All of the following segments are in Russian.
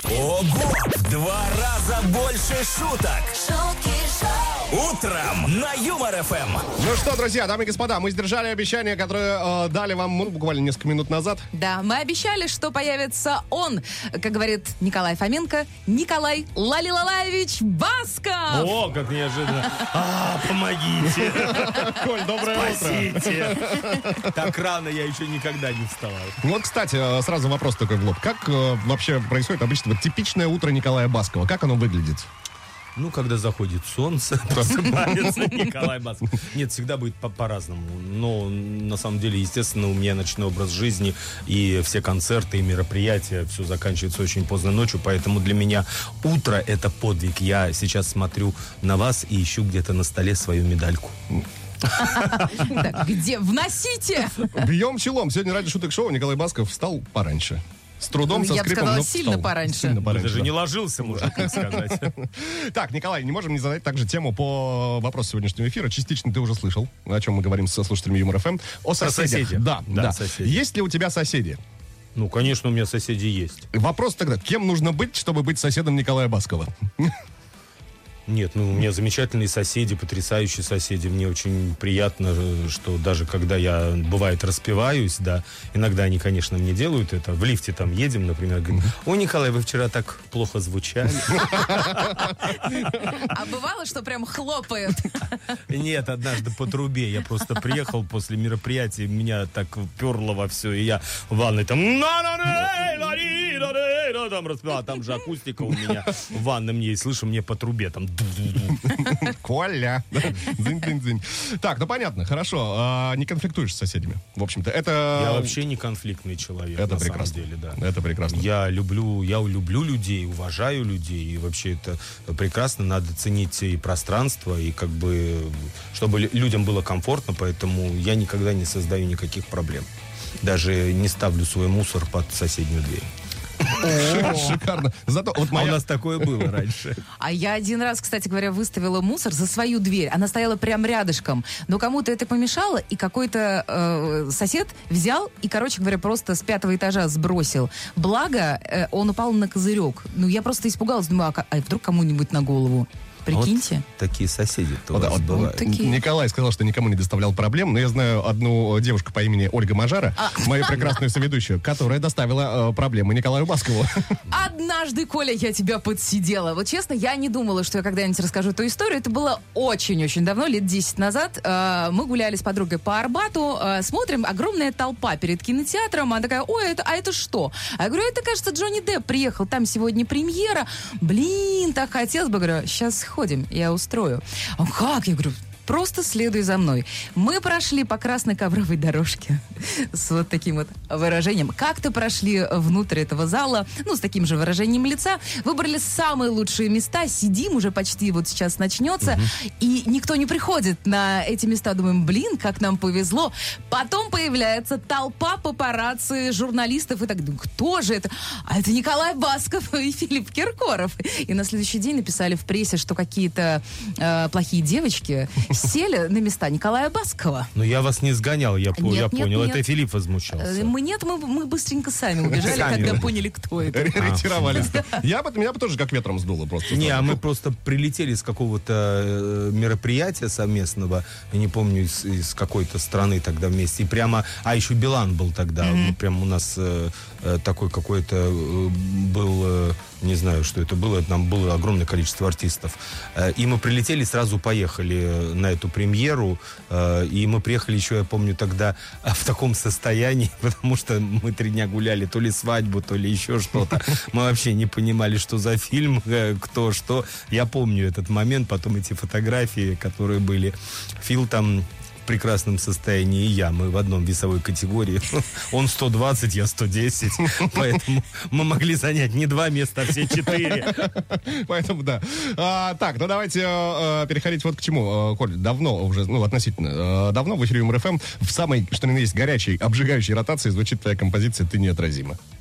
Ого! В 2 раза больше шуток. Шутки шоу. Утром на Юмор-ФМ. Ну что, друзья, дамы и господа, мы сдержали обещание, которое дали вам буквально несколько минут назад. Да, мы обещали, что появится он, как говорит Николай Фоменко, Николай Лалилалаевич Басков. О, как неожиданно. Помогите. Коль, доброе утро. Спасите. Так рано я еще никогда не вставал. Вот, кстати, сразу вопрос такой в лоб. Как вообще происходит обычно вот типичное утро Николая Баскова? Как оно выглядит? Ну, когда заходит солнце, просыпается Николай Басков. Нет, всегда будет по-разному. Но, на самом деле, естественно, у меня ночной образ жизни, и все концерты, и мероприятия, все заканчивается очень поздно ночью, поэтому для меня утро — это подвиг. Я сейчас смотрю на вас и ищу где-то на столе свою медальку. Так, где? Вносите! Бьем челом. Сегодня ради шуток шоу Николай Басков встал пораньше. С трудом, со Я бы скрипом, сказала, но сильно встал. пораньше. Сильно пораньше, Даже да. не ложился, можно так сказать. Так, Николай, не можем не задать также тему по вопросу сегодняшнего эфира. Частично ты уже слышал, о чем мы говорим со слушателями Юмор ФМ. О соседях. соседях. Да. Соседи. Есть ли у тебя соседи? Ну, конечно, у меня соседи есть. Вопрос тогда, кем нужно быть, чтобы быть соседом Николая Баскова? Нет, ну, у меня замечательные соседи, потрясающие соседи. Мне очень приятно, что даже когда я, бывает, распеваюсь, да, иногда они, конечно, мне делают это. В лифте там едем, например, говорят: «Ой, Николай, вы вчера так плохо звучали». А бывало, что прям хлопает? Нет, однажды по трубе. Я просто приехал после мероприятия, меня так перло во все, и я в ванной там там распевал, там же акустика у меня в ванной мне, и слышу мне по трубе там. Коля. Дзынь-дзынь-дзынь. Так, ну понятно, хорошо. Не конфликтуешь с соседями, в общем-то. Это... Я вообще не конфликтный человек. Это на прекрасно. самом деле, да. Это прекрасно. Я люблю людей, уважаю людей, и вообще это прекрасно. Надо ценить и пространство, и как бы, чтобы людям было комфортно, поэтому я никогда не создаю никаких проблем. Даже не ставлю свой мусор под соседнюю дверь. Шикарно. Зато вот А у моя... нас такое было раньше. А я один раз, кстати говоря, выставила мусор за свою дверь. Она стояла прям рядышком. Но кому-то это помешало, и какой-то сосед взял и, короче говоря, просто с 5-го этажа сбросил. Благо, он упал на козырек. Ну, я просто испугалась. Думаю, а вдруг кому-нибудь на голову? Прикиньте. Вот такие соседи-то Вот, у вас вот, бывают. такие. Николай сказал, что никому не доставлял проблем, но я знаю одну девушку по имени Ольга Мажара, мою прекрасную соведущую, которая доставила проблемы Николаю Баскову. Однажды, Коля, я тебя подсидела. Вот честно, я не думала, что я когда-нибудь расскажу эту историю. Это было очень-очень давно, лет 10 назад. Мы гуляли с подругой по Арбату, смотрим, огромная толпа перед кинотеатром. Она такая: ой, это что? А я говорю: это, кажется, Джонни Депп приехал, там сегодня премьера. Блин, так хотелось бы. Говорю: сейчас сходим, я устрою. А как? Я говорю: просто следуй за мной. Мы прошли по красной ковровой дорожке с вот таким вот выражением. Как-то прошли внутрь этого зала, ну, с таким же выражением лица. Выбрали самые лучшие места. Сидим, уже почти вот сейчас начнется. И никто не приходит на эти места. Думаем: блин, как нам повезло. Потом появляется толпа папарацци, журналистов. И так думаю: кто же это? А это Николай Басков и Филипп Киркоров. И на следующий день написали в прессе, что какие-то плохие девочки сели на места Николая Баскова. Но я вас не сгонял, я понял. нет. Это Филипп возмущался. Мы быстренько сами убежали, Сами. когда поняли, кто это. Ретировались. Меня бы тоже как ветром сдуло просто. Не, а мы просто прилетели с какого-то мероприятия совместного, я не помню, из какой-то страны тогда вместе, и прямо, еще Билан был тогда, прям у нас такой какой-то был, не знаю, что это было, там было огромное количество артистов, и мы прилетели, сразу поехали на эту премьеру, и мы приехали еще, я помню, тогда в таком состоянии, потому что мы 3 дня гуляли, то ли свадьбу, то ли еще что-то, мы вообще не понимали, что за фильм, кто, что. Я помню этот момент, потом эти фотографии, которые были. Фил там в прекрасном состоянии, и я. Мы в одном весовой категории. Он 120, я 110. Поэтому мы могли занять не 2 места, а все 4. Поэтому да. Так, ну давайте переходить вот к чему. Коль, давно уже, относительно давно в эфире МРФМ в самой, что ни на есть, горячей, обжигающей ротации звучит твоя композиция «Ты неотразима».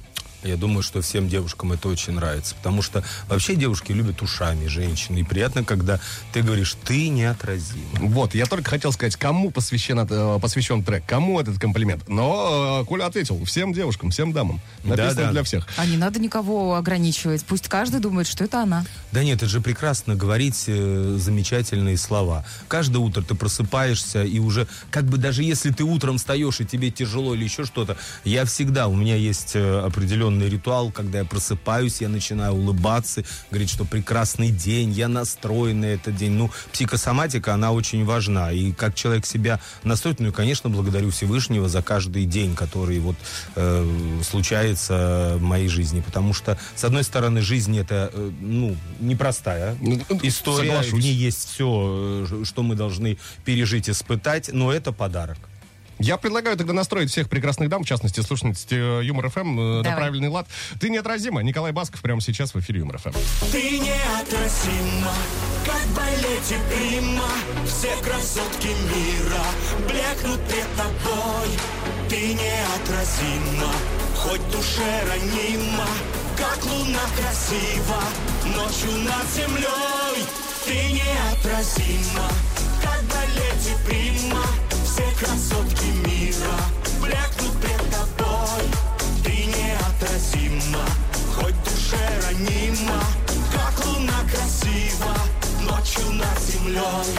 Я думаю, что всем девушкам это очень нравится, потому что вообще девушки любят ушами женщин, и приятно, когда ты говоришь, ты неотразим. Вот, я только хотел сказать, кому посвящен трек, кому этот комплимент. Но Коля ответил, всем девушкам, всем дамам. Написано для всех. А не надо никого ограничивать, пусть каждый думает, что это она. Да нет, это же прекрасно говорить замечательные слова. Каждое утро ты просыпаешься, и уже, как бы даже если ты утром встаешь, и тебе тяжело или еще что-то, у меня есть определенный ритуал, когда я просыпаюсь, я начинаю улыбаться, говорить, что прекрасный день, я настроен на этот день. Ну, психосоматика, она очень важна. И как человек себя настроит, ну и, конечно, благодарю Всевышнего за каждый день, который вот случается в моей жизни. Потому что, с одной стороны, жизнь это, непростая история. Соглашусь. В ней есть все, что мы должны пережить, испытать, но это подарок. Я предлагаю тогда настроить всех прекрасных дам, в частности, слушательниц Юмор ФМ, на правильный лад. Ты неотразима. Николай Басков прямо сейчас в эфире Юмор ФМ. Ты неотразима, как в балете прима. Все красотки мира блекнут пред тобой. Ты неотразима, хоть в душе ранима, как луна красива ночью над землей. Ты неотразима, как в балете прима. Все красотки мира блекнут пред тобой. Ты неотразима, хоть в душе ранима, как луна красива ночью над землей.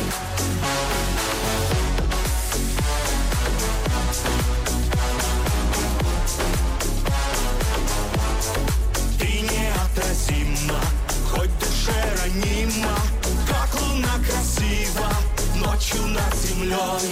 Ты неотразима, хоть в душе ранима, как луна красива ночью над землей.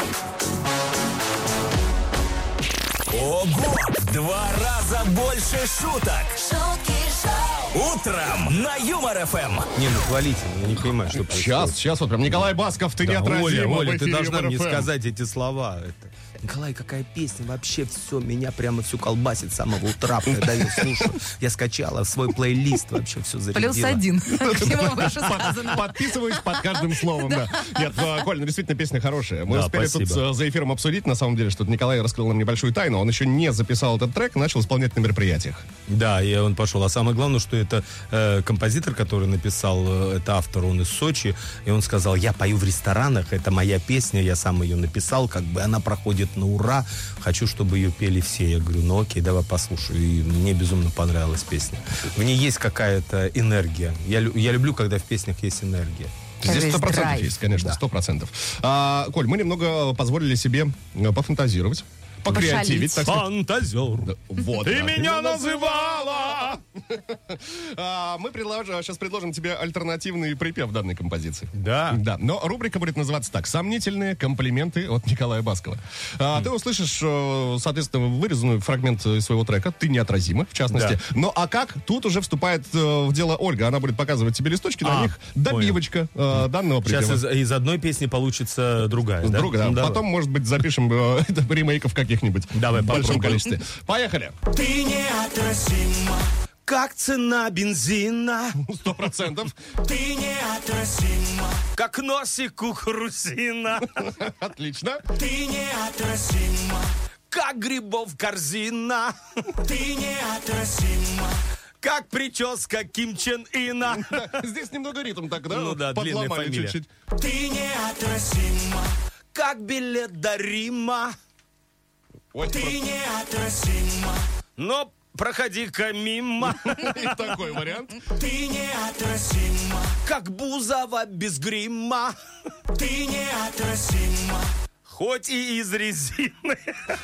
Ого! В 2 раза больше шуток! Шутки шоу! Утром на Юмор ФМ! Не, ну хвалите, я не понимаю, что происходит. Сейчас вот прям Николай Басков, ты Да, неотразима. Оля, в ты эфире должна Юмор мне FM. сказать эти слова. Николай, какая песня, вообще все, меня прямо всю колбасит с самого утра, когда я слушаю. Я скачала в свой плейлист, вообще все зарядила. +1 к всему вышесказанному. Подписываюсь под каждым словом, да. Нет, Коль, действительно песня хорошая. Мы Да, успели тут спасибо. за эфиром обсудить, на самом деле, что Николай раскрыл нам небольшую тайну. Он еще не записал этот трек, начал исполнять на мероприятиях. Да, и он пошел. А самое главное, что это композитор, который написал, это автор, он из Сочи, и он сказал, я пою в ресторанах, это моя песня, я сам ее написал, как бы она проходит на ура, хочу, чтобы ее пели все. Я говорю, ну окей, давай послушаю. И мне безумно понравилась песня. В ней есть какая-то энергия. Я люблю, когда в песнях есть энергия. Здесь Весь 100% драйв. есть, конечно, 100%. Коль, мы немного позволили себе пофантазировать, покреативить, так сказать. Фантазер. Вот, Ты да. меня называла! Мы сейчас предложим тебе альтернативный припев данной композиции. Да. Да, но рубрика будет называться так: «Сомнительные комплименты от Николая Баскова». Ты услышишь, соответственно, вырезанный фрагмент из своего трека «Ты неотразима», в частности. Да. Ну, а как? Тут уже вступает в дело Ольга. Она будет показывать тебе листочки, на них добивочка данного припева. Сейчас из одной песни получится другая, да? Друга, да. Давай. Потом, может быть, запишем ремейков каких-нибудь Давай, в большом попробуем. количестве. Поехали. Ты неотразима, Как цена бензина, 100%. ты неотразима, как носик кукурузина, Отлично. ты неотразима, как грибов корзина, ты неотразима, как прическа Ким Чен Ына. Здесь немного ритм так, да? Ну да, длинная Подломали фамилия. чуть-чуть. ты неотразима, Как билет до Рима, Ой, ты неотразима, но проходи-ка мимо. и такой вариант. ты неотразима, Как Бузова без грима, ты неотразима, хоть и из резины.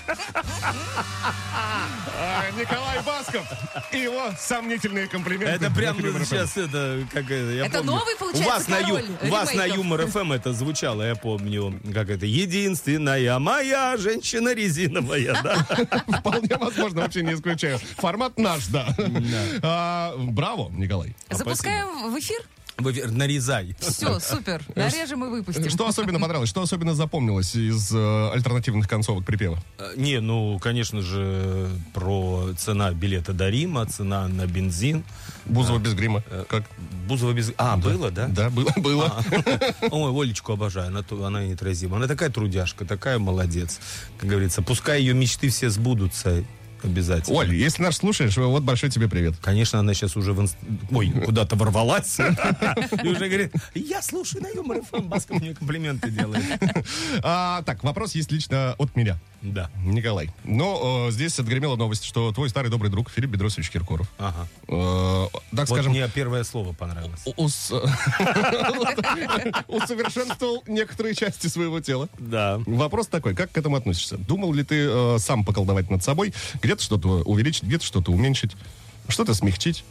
Николай Басков и его сомнительные комплименты. Это прям в эфире МРФМ. сейчас это как это. Я Это помню. новый, получается, у вас на король у вас на ремейков. Юмор ФМ это звучало, я помню, как это единственная моя женщина резиновая, да? Вполне возможно, вообще не исключаю. Формат наш, да. Браво, Николай. Запускаем в эфир? Нарезай. Все, супер. Нарежем и выпустим. Что особенно понравилось, что особенно запомнилось из альтернативных концовок припева? Не, ну, конечно же, про цена билета до Рима, цена на бензин. Бузова без грима. Как? Бузова без... было, да? Да, было. Ой, Олечку обожаю, она неотразима. Она такая трудяшка, такая молодец. Как говорится, пускай ее мечты все сбудутся. Обязательно. Оль, если нас слушаешь, вот большой тебе привет. Конечно, она сейчас уже куда-то ворвалась. И уже говорит, я слушаю на Юмор ФМ, Басков мне комплименты делает. Так, вопрос есть лично от меня. Да. Николай. Но здесь отгремела новость, что твой старый добрый друг Филипп Бедросович Киркоров. Ага. Так Вот скажем, мне первое слово понравилось. усовершенствовал некоторые части своего тела. Да. Вопрос такой, как к этому относишься? Думал ли ты сам поколдовать над собой, где-то что-то увеличить, где-то что-то уменьшить, что-то смягчить?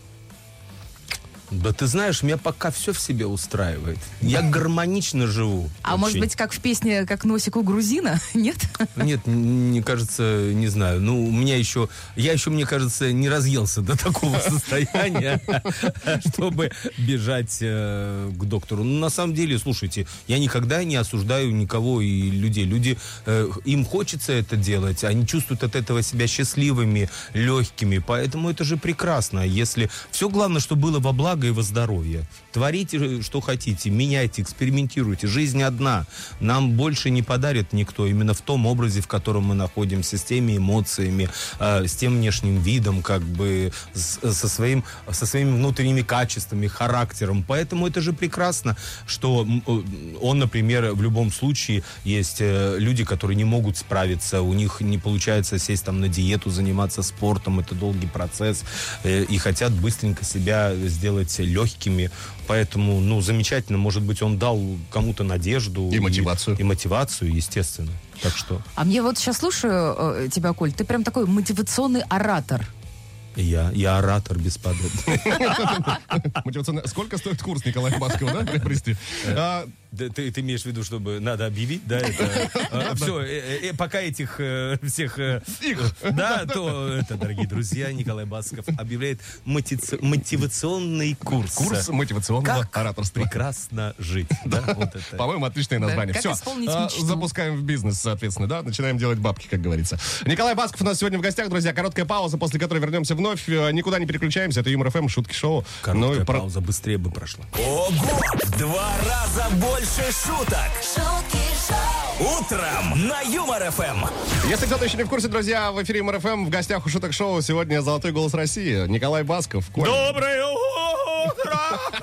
Да ты знаешь, меня пока все в себе устраивает. Я гармонично живу. А может быть, как в песне «Как носик у грузина»? Нет? Нет, мне кажется, не знаю. Ну, у меня еще... Я еще, мне кажется, не разъелся до такого состояния, чтобы бежать к доктору. Ну, на самом деле, слушайте, я никогда не осуждаю никого и людей. Люди, им хочется это делать, они чувствуют от этого себя счастливыми, легкими. Поэтому это же прекрасно. Если... Все главное, что было во благо и во здоровье. Творите, что хотите, меняйте, экспериментируйте. Жизнь одна. Нам больше не подарит никто именно в том образе, в котором мы находимся, с теми эмоциями, с тем внешним видом, как бы со своими внутренними качествами, характером. Поэтому это же прекрасно, что он, например, в любом случае есть люди, которые не могут справиться, у них не получается сесть там на диету, заниматься спортом, это долгий процесс, и хотят быстренько себя сделать легкими. Поэтому, ну, замечательно. Может быть, он дал кому-то надежду. И мотивацию. И мотивацию, естественно. Так что... А мне вот сейчас слушаю тебя, Коль, ты прям такой мотивационный оратор. Я оратор бесподобный. Мотивационно. Сколько стоит курс Николая Баскова, да, приобрести? Ты имеешь в виду, чтобы надо объявить, да? Все, пока этих всех... Да, то это, дорогие друзья, Николай Басков объявляет мотивационный курс. Курс мотивационного ораторства. Прекрасно жить. По-моему, отличное название. Как Все, исполнить мечту. запускаем в бизнес, соответственно, да? Начинаем делать бабки, как говорится. Николай Басков у нас сегодня в гостях, друзья. Короткая пауза, после которой вернемся вновь. Никуда не переключаемся. Это Юмор ФМ, шутки шоу. Короткая пауза, быстрее бы прошла. Ого! В 2 раза больше шуток. шутки шоу, Утром на Юмор ФМ. Если кто-то еще не в курсе, друзья, в эфире Юмор ФМ в гостях у шуток шоу сегодня «Золотой голос России». Николай Басков. Доброе утро!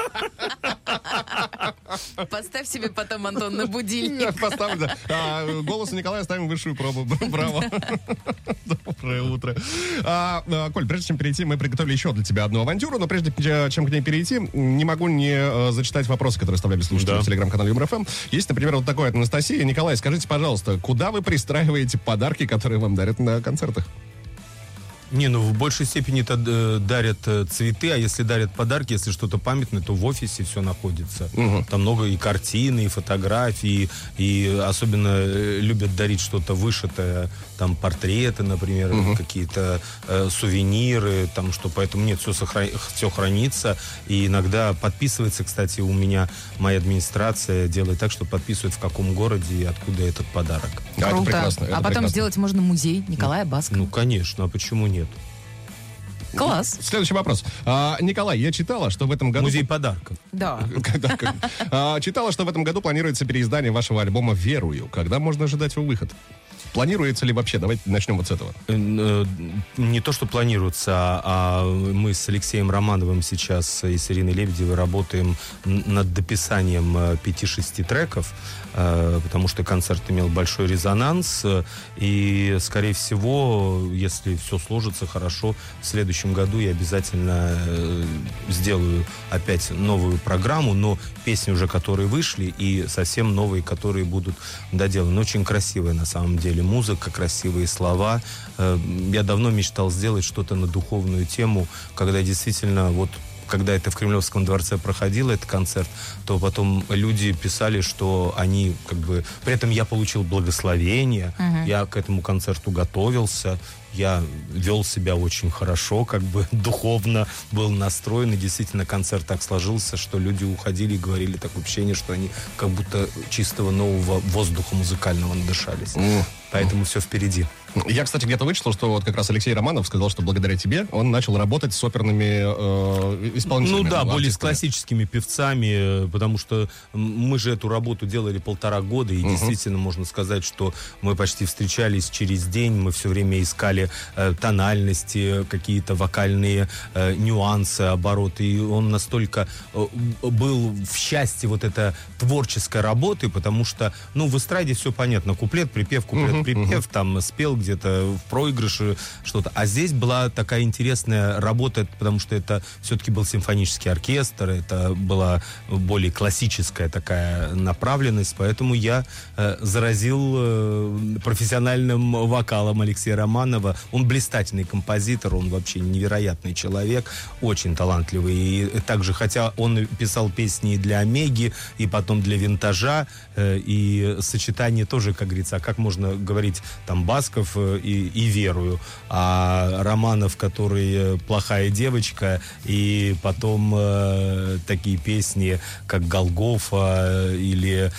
Поставь себе потом, Антон, на будильник. Поставлю, да. Голосу Николая ставим высшую пробу. Браво. Доброе утро. Коль, прежде чем перейти, мы приготовили еще для тебя одну авантюру, но прежде чем к ней перейти, не могу не зачитать вопросы, которые оставляли слушатели в телеграм-канале Юмор ФМ. Есть, например, вот такой от Анастасии. Николай, скажите, пожалуйста, куда вы пристраиваете подарки, которые вам дарят на концертах? Не, ну в большей степени-то дарят цветы, а если дарят подарки, если что-то памятное, то в офисе все находится. Там много и картин, и фотографий, и особенно любят дарить что-то вышитое, там портреты, например, какие-то сувениры, там что, поэтому нет, все хранится, и иногда подписывается, кстати, у меня моя администрация делает так, что подписывают в каком городе и откуда этот подарок. Это Круто. прекрасно, это А потом прекрасно. сделать можно музей Николая Баскова. Ну, конечно, а почему нет? Класс. Следующий вопрос. Николай, я читала, что в этом году... Музей подарков. Да. Читала, что в этом году планируется переиздание вашего альбома «Верую». Когда можно ожидать его выход? Планируется ли вообще? Давайте начнем вот с этого. Не то, что планируется, а мы с Алексеем Романовым сейчас и с Ириной Лебедевой работаем над дописанием 5-6 треков, потому что концерт имел большой резонанс, и, скорее всего, если все сложится хорошо, в следующем году я обязательно сделаю опять новую программу, но песни уже, которые вышли, и совсем новые, которые будут доделаны. Очень красивая, на самом деле, музыка, красивые слова. Я давно мечтал сделать что-то на духовную тему, когда действительно вот когда это в Кремлевском дворце проходило, этот концерт, то потом люди писали, что они как бы... При этом я получил благословение, я к этому концерту готовился, я вел себя очень хорошо, как бы духовно был настроен, и действительно концерт так сложился, что люди уходили и говорили такое ощущение, что они как будто чистого нового воздуха музыкального надышались. Поэтому все впереди. Я, кстати, где-то вычитал, что вот как раз Алексей Романов сказал, что благодаря тебе он начал работать с оперными исполнителями. Ну да, более с артистами. классическими певцами, потому что мы же эту работу делали 1,5 года, и действительно можно сказать, что мы почти встречались через день, мы все время искали тональности, какие-то вокальные нюансы, обороты, и он настолько был в счастье вот этой творческой работы, потому что, ну, в эстраде все понятно, куплет, припев, там спел где-то в проигрыше что-то, а здесь была такая интересная работа, потому что это все-таки был симфонический оркестр, это была более классическая такая направленность, поэтому я заразил профессиональным вокалом Алексея Романова. Он блистательный композитор, он вообще невероятный человек, очень талантливый. И также, хотя он писал песни и для Омеги, и потом для Винтажа, и сочетание тоже, как говорится, а как можно говорить там Басков и Верую, а Романов, который плохая девочка, и потом такие песни, как Голгофа или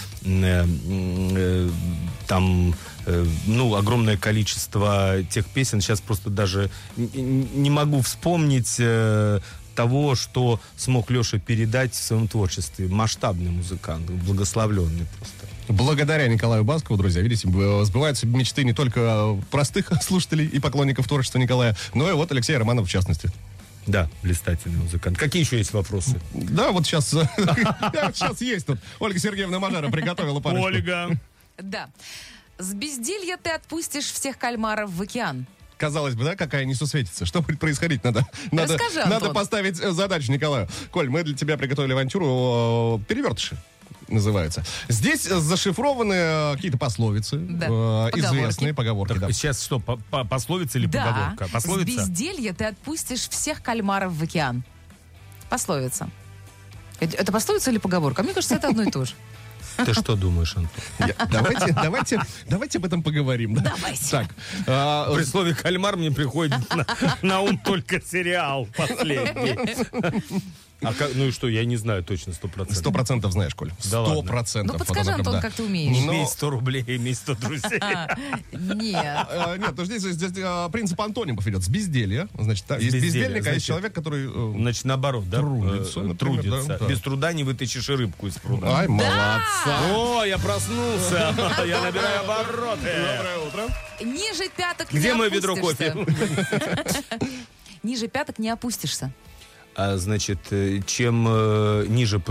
там, ну, огромное количество тех песен. Сейчас просто даже не могу вспомнить того, что смог Леша передать в своем творчестве. Масштабный музыкант, благословленный просто. Благодаря Николаю Баскову, друзья, видите, сбываются мечты не только простых слушателей и поклонников творчества Николая, но и вот Алексея Романова в частности. Да, блистательный музыкант. Какие еще есть вопросы? Да, вот сейчас есть тут. Ольга Сергеевна Мажара приготовила парочку. Ольга. Да. С безделья ты отпустишь всех кальмаров в океан. Казалось бы, да, какая несусветица. Что будет происходить? Расскажи, Антон. Надо поставить задачу Николаю. Коль, мы для тебя приготовили авантюру «Перевертыши». Называется. Здесь зашифрованы какие-то пословицы, известные поговорки. Так, да. сейчас что, пословица или поговорка? Пословица? С безделья ты отпустишь всех кальмаров в океан. Пословица. Это пословица или поговорка? Мне кажется, это одно и то же. Ты что думаешь, Антон? Давайте об этом поговорим. Да? Давайте. Так, При слове «кальмар» мне приходит на ум только сериал последний. Ну и что, я не знаю точно 100%. 100% знаешь, Коль. Да ладно. 100%. Ну подскажи, Антон, как ты умеешь. Имей 100 рублей, имей 100 друзей. Нет. Нет, ну здесь принцип антонимов идет. С безделья. Значит, есть безделья, бездельник, а есть значит, человек, который... Значит, наоборот, да? Трудится, например, Трудится. да. Без труда не вытащишь и рыбку из пруда. Ай, молодца. О, я проснулся. Я набираю обороты. Доброе утро. Ниже пяток Где не мое ведро опустишься. кофе? Ниже пяток не опустишься. А, значит, чем ниже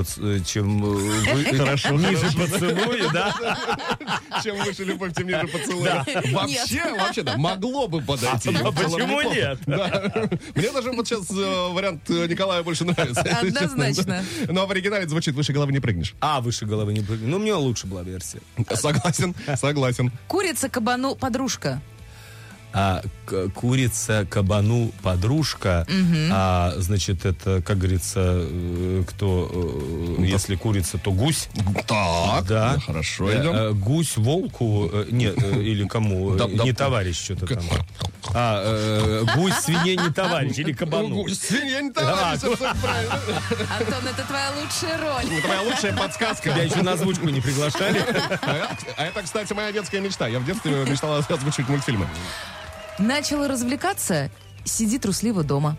ниже поцелуя, да? Чем выше любовь, тем ниже поцелуй. Вообще, да, могло бы подойти. А почему нет? Да. Мне даже вот сейчас вариант Николая больше нравится. Однозначно. Но в оригинале это звучит «выше головы не прыгнешь». А, выше головы не прыгнет. Ну, мне лучше была версия. Согласен. Курица кабану подружка. А курица кабану подружка, а значит, это, как говорится, кто, если курица, то гусь. Так, Да. Хорошо, идем. Гусь волку, нет, или кому, не товарищ что-то там. Гусь свиней не товарищ, или кабану. Свинья не товарищ, абсолютно правильно. Антон, это твоя лучшая роль. Твоя лучшая подсказка. Тебя еще на озвучку не приглашали. А это, кстати, моя детская мечта. Я в детстве мечтал озвучивать мультфильмы. Начала развлекаться, сиди трусливо дома.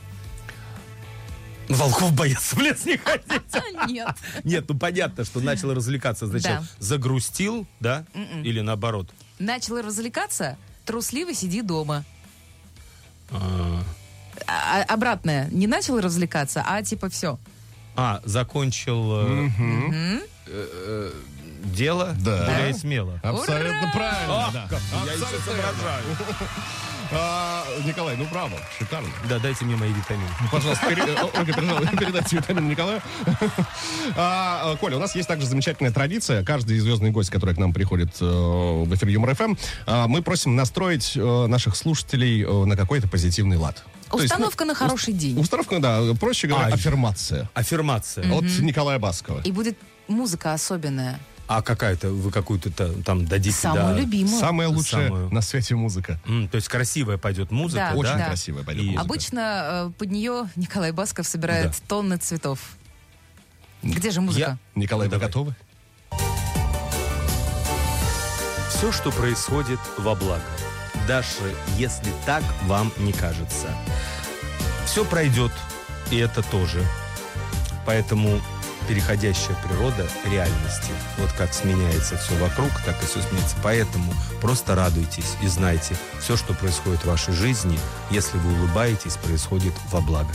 Волков боятся в лес не ходить. Нет. Нет, ну понятно, что начал развлекаться, значит, Да. загрустил, да? Или наоборот? Начала развлекаться, трусливо сиди дома. А, Обратное. Не начал развлекаться, а типа все. закончил дело, Да. гуляй смело. Абсолютно правильно. Да. Я еще соображаю. Николай, ну браво, шикарно. Да, дайте мне мои витамины. Пожалуйста, Ольга, передайте витамин Николаю. Коля, у нас есть также замечательная традиция. Каждый звездный гость, который к нам приходит в эфир Юмор ФМ, мы просим настроить наших слушателей на какой-то позитивный лад. Установка на хороший день. Установка, да, проще говоря, аффирмация. Аффирмация. От Николая Баскова. И будет музыка особенная. А какая-то, вы какую-то там дадите? Самую любимую. Самая лучшая Самую. на свете музыка. То есть красивая пойдет музыка, Да, да? Очень да. красивая пойдет И- музыка. Обычно под нее Николай Басков собирает тонны цветов. Где же музыка? Николай, вы Давай. готовы? Все, что происходит во благо. даже если так вам не кажется. Все пройдет, и это тоже. Поэтому переходящая природа реальности. Вот как сменяется все вокруг, так и все сменяется. Поэтому просто радуйтесь и знайте, все, что происходит в вашей жизни, если вы улыбаетесь, происходит во благо.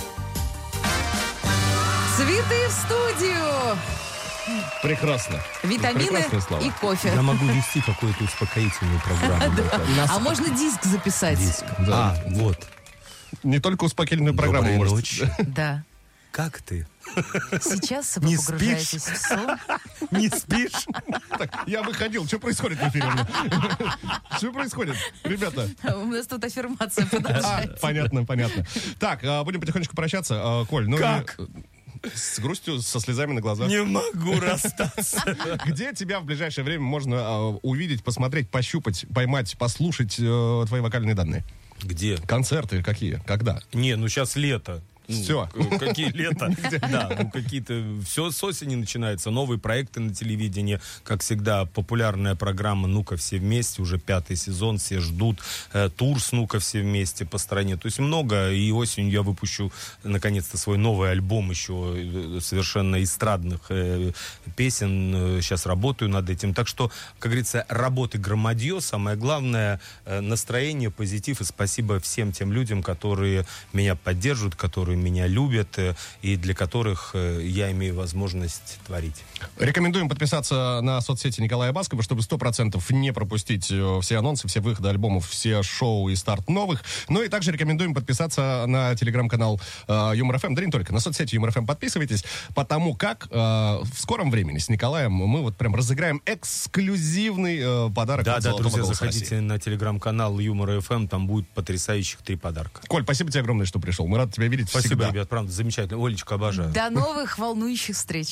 Цветы в студию! Прекрасно. Витамины Прекрасные слова. и кофе. Я могу вести какую-то успокоительную программу. А можно диск записать? Диск. Да. Вот. Не только успокоительную программу Доброй можете. ночи. Да. Как ты? Сейчас вы Не погружаетесь спишь? в сон. Не спишь? Так, я выходил. Что происходит в эфире? Что происходит, ребята? У нас тут аффирмация продолжается. Понятно. Так, будем потихонечку прощаться. Коль, ну... Как? С грустью, со слезами на глазах. Не могу расстаться. Где тебя в ближайшее время можно увидеть, посмотреть, пощупать, поймать, послушать твои вокальные данные? Где? Концерты какие? Когда? Не, ну сейчас лето. Всё. Какие лето? Да, ну какие-то... Все с осени начинается. Новые проекты на телевидении. Как всегда, популярная программа «Ну-ка, все вместе». Уже 5-й сезон, все ждут. Тур с «Ну-ка, все вместе» по стране. То есть много. И осенью я выпущу, наконец-то, свой новый альбом еще совершенно эстрадных песен. Сейчас работаю над этим. Так что, как говорится, работы громадье. Самое главное — настроение, позитив. И спасибо всем тем людям, которые меня поддерживают, которые меня любят и для которых я имею возможность творить. Рекомендуем подписаться на соцсети Николая Баскова, чтобы 100% не пропустить все анонсы, все выходы альбомов, все шоу и старт новых. Ну и также рекомендуем подписаться на телеграм-канал Юмор ФМ. Да не только, на соцсети Юмор ФМ подписывайтесь, потому как в скором времени с Николаем мы вот прям разыграем эксклюзивный подарок. Да, от да, «Золотого друзья, голоса заходите России». на телеграм-канал Юмор ФМ, там будет потрясающих 3 подарка. Коль, спасибо тебе огромное, что пришел. Мы рады тебя видеть Спасибо, всегда. ребят, правда, замечательно. Олечка, обожаю. До новых волнующих встреч.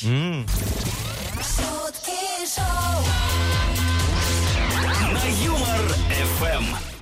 Шутки шоу. На Юмор ФМ.